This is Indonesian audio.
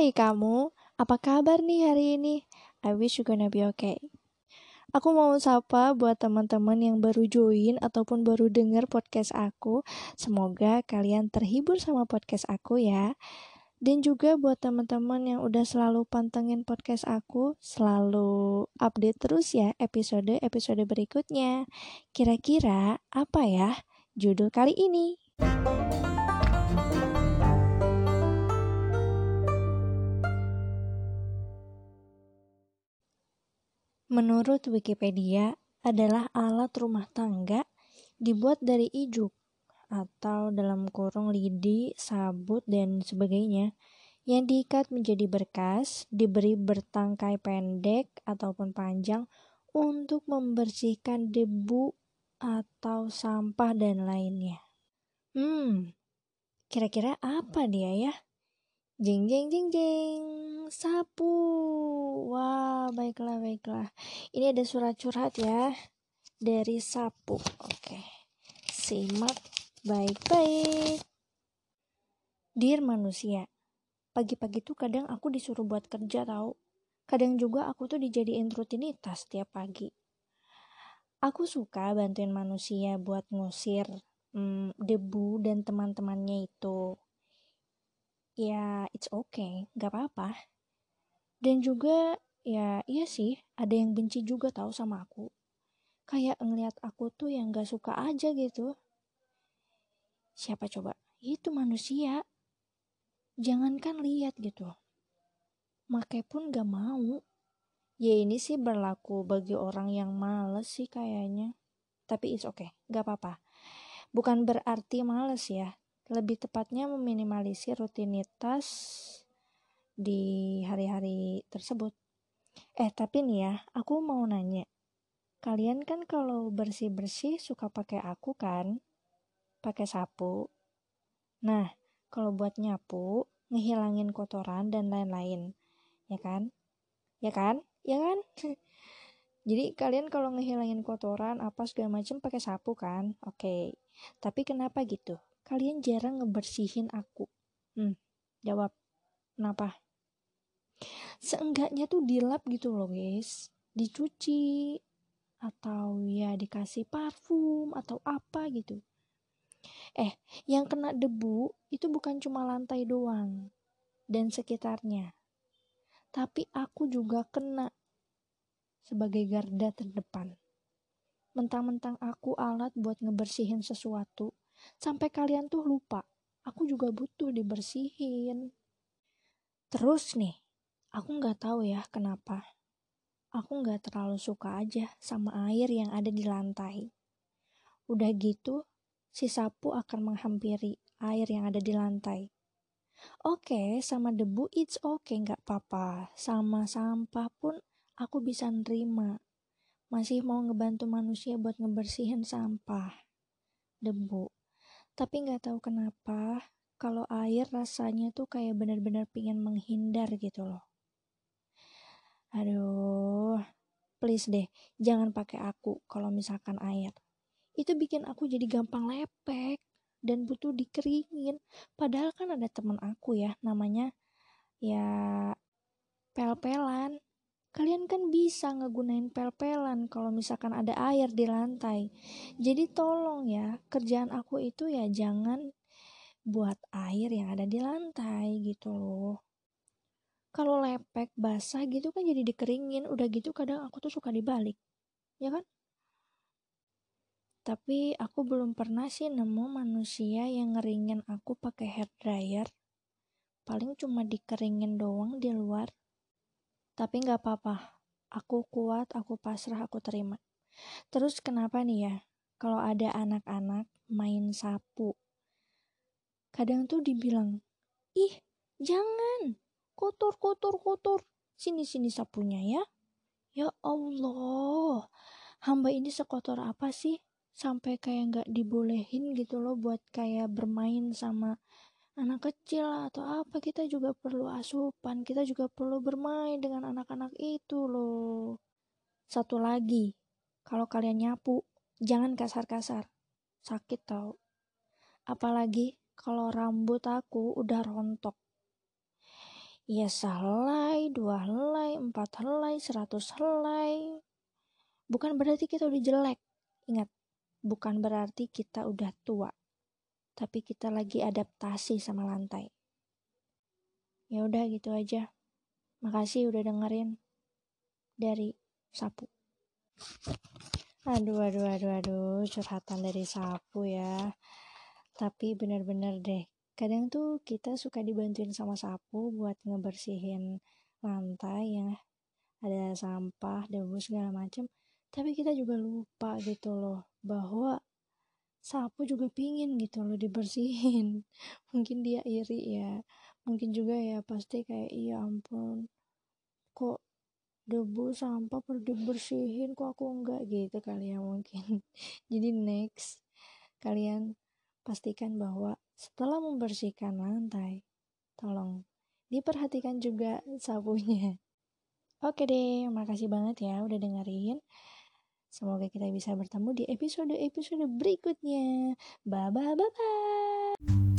Hai kamu, apa kabar nih hari ini? I wish you gonna be okay. Aku mau sapa buat teman-teman yang baru join ataupun baru dengar podcast aku. Semoga kalian terhibur sama podcast aku ya. Dan juga buat teman-teman yang udah selalu pantengin podcast aku, selalu update terus ya episode-episode berikutnya. Kira-kira apa ya judul kali ini? Menurut Wikipedia, adalah alat rumah tangga dibuat dari ijuk atau dalam kurung lidi, sabut, dan sebagainya yang diikat menjadi berkas, diberi bertangkai pendek ataupun panjang untuk membersihkan debu atau sampah dan lainnya. Kira-kira apa dia ya? Jeng jeng jeng jeng, sapu. Wah, baiklah. Ini ada surat curhat ya dari sapu. Oke, simak baik-baik. Dear manusia, pagi-pagi tuh kadang aku disuruh buat kerja tahu. Kadang juga aku tuh dijadiin rutinitas tiap pagi. Aku suka bantuin manusia buat ngusir debu dan teman-temannya itu. Ya, it's okay, gak apa-apa. Dan juga, ya iya sih, ada yang benci juga tahu sama aku. Kayak ngeliat aku tuh yang gak suka aja gitu. Siapa coba? Itu manusia. Jangankan lihat gitu. Make pun gak mau. Ya ini sih berlaku bagi orang yang males sih kayaknya. Tapi it's okay, gak apa-apa. Bukan berarti males ya. Lebih tepatnya meminimalisir rutinitas di hari-hari tersebut. Tapi nih ya, aku mau nanya. Kalian kan kalau bersih-bersih suka pakai aku kan? Pakai sapu. Nah, kalau buat nyapu, ngehilangin kotoran dan lain-lain. Ya kan? Ya kan? Ya kan? Jadi kalian kalau ngehilangin kotoran apa segala macam pakai sapu kan? Oke. Tapi kenapa gitu? Kalian jarang ngebersihin aku. Jawab. Kenapa? Seenggaknya tuh dilap gitu loh guys. Dicuci. Atau ya dikasih parfum atau apa gitu. Yang kena debu itu bukan cuma lantai doang dan sekitarnya. Tapi aku juga kena sebagai garda terdepan. Mentang-mentang aku alat buat ngebersihin sesuatu, sampai kalian tuh lupa, aku juga butuh dibersihin. Terus nih, aku gak tahu ya kenapa. Aku gak terlalu suka aja sama air yang ada di lantai. Udah gitu, si sapu akan menghampiri air yang ada di lantai. Oke, sama debu it's okay, gak apa-apa. Sama sampah pun aku bisa nerima. Masih mau ngebantu manusia buat ngebersihin sampah, debu. Tapi gak tahu kenapa, kalau air rasanya tuh kayak benar-benar pengen menghindar gitu loh. Aduh, please deh, jangan pakai aku kalau misalkan air. Itu bikin aku jadi gampang lepek dan butuh dikeringin. Padahal kan ada teman aku ya, namanya ya pel-pelan. Kalian kan bisa ngegunain pel-pelan kalau misalkan ada air di lantai. Jadi tolong ya, kerjaan aku itu ya jangan buat air yang ada di lantai gitu loh. Kalau lepek basah gitu kan jadi dikeringin. Udah gitu kadang aku tuh suka dibalik, ya kan? Tapi aku belum pernah sih nemu manusia yang ngeringin aku pakai hair dryer. Paling cuma dikeringin doang di luar. Tapi gak apa-apa. Aku kuat, aku pasrah, aku terima. Terus kenapa nih ya? Kalau ada anak-anak main sapu. Kadang tuh dibilang, ih jangan. Kotor. Sini sapunya ya. Ya Allah. Hamba ini sekotor apa sih? Sampai kayak gak dibolehin gitu loh buat kayak bermain sama anak kecil atau apa. Kita juga perlu asupan, kita juga perlu bermain dengan anak-anak itu loh. Satu lagi, kalau kalian nyapu, jangan kasar-kasar, sakit tau. Apalagi kalau rambut aku udah rontok. Ya sehelai, 2 helai, 4 helai, 100 helai. Bukan berarti kita udah jelek. Ingat, bukan berarti kita udah tua. Tapi kita lagi adaptasi sama lantai. Ya udah gitu aja. Makasih udah dengerin dari Sapu. Aduh, curhatan dari Sapu ya. Tapi bener-bener deh, kadang tuh kita suka dibantuin sama Sapu buat ngebersihin lantai ya. Ada sampah, debu segala macem. Tapi kita juga lupa gitu loh, bahwa Sapu juga pingin gitu loh dibersihin. Mungkin dia iri ya. Mungkin juga ya pasti kayak, iya ampun, kok debu sampah perlu dibersihin, kok aku enggak, gitu kali ya mungkin. Jadi next, kalian pastikan bahwa setelah membersihkan lantai, tolong diperhatikan juga sapunya. Oke deh, makasih banget ya udah dengerin. Semoga kita bisa bertemu di episode-episode berikutnya. Bye bye bye bye.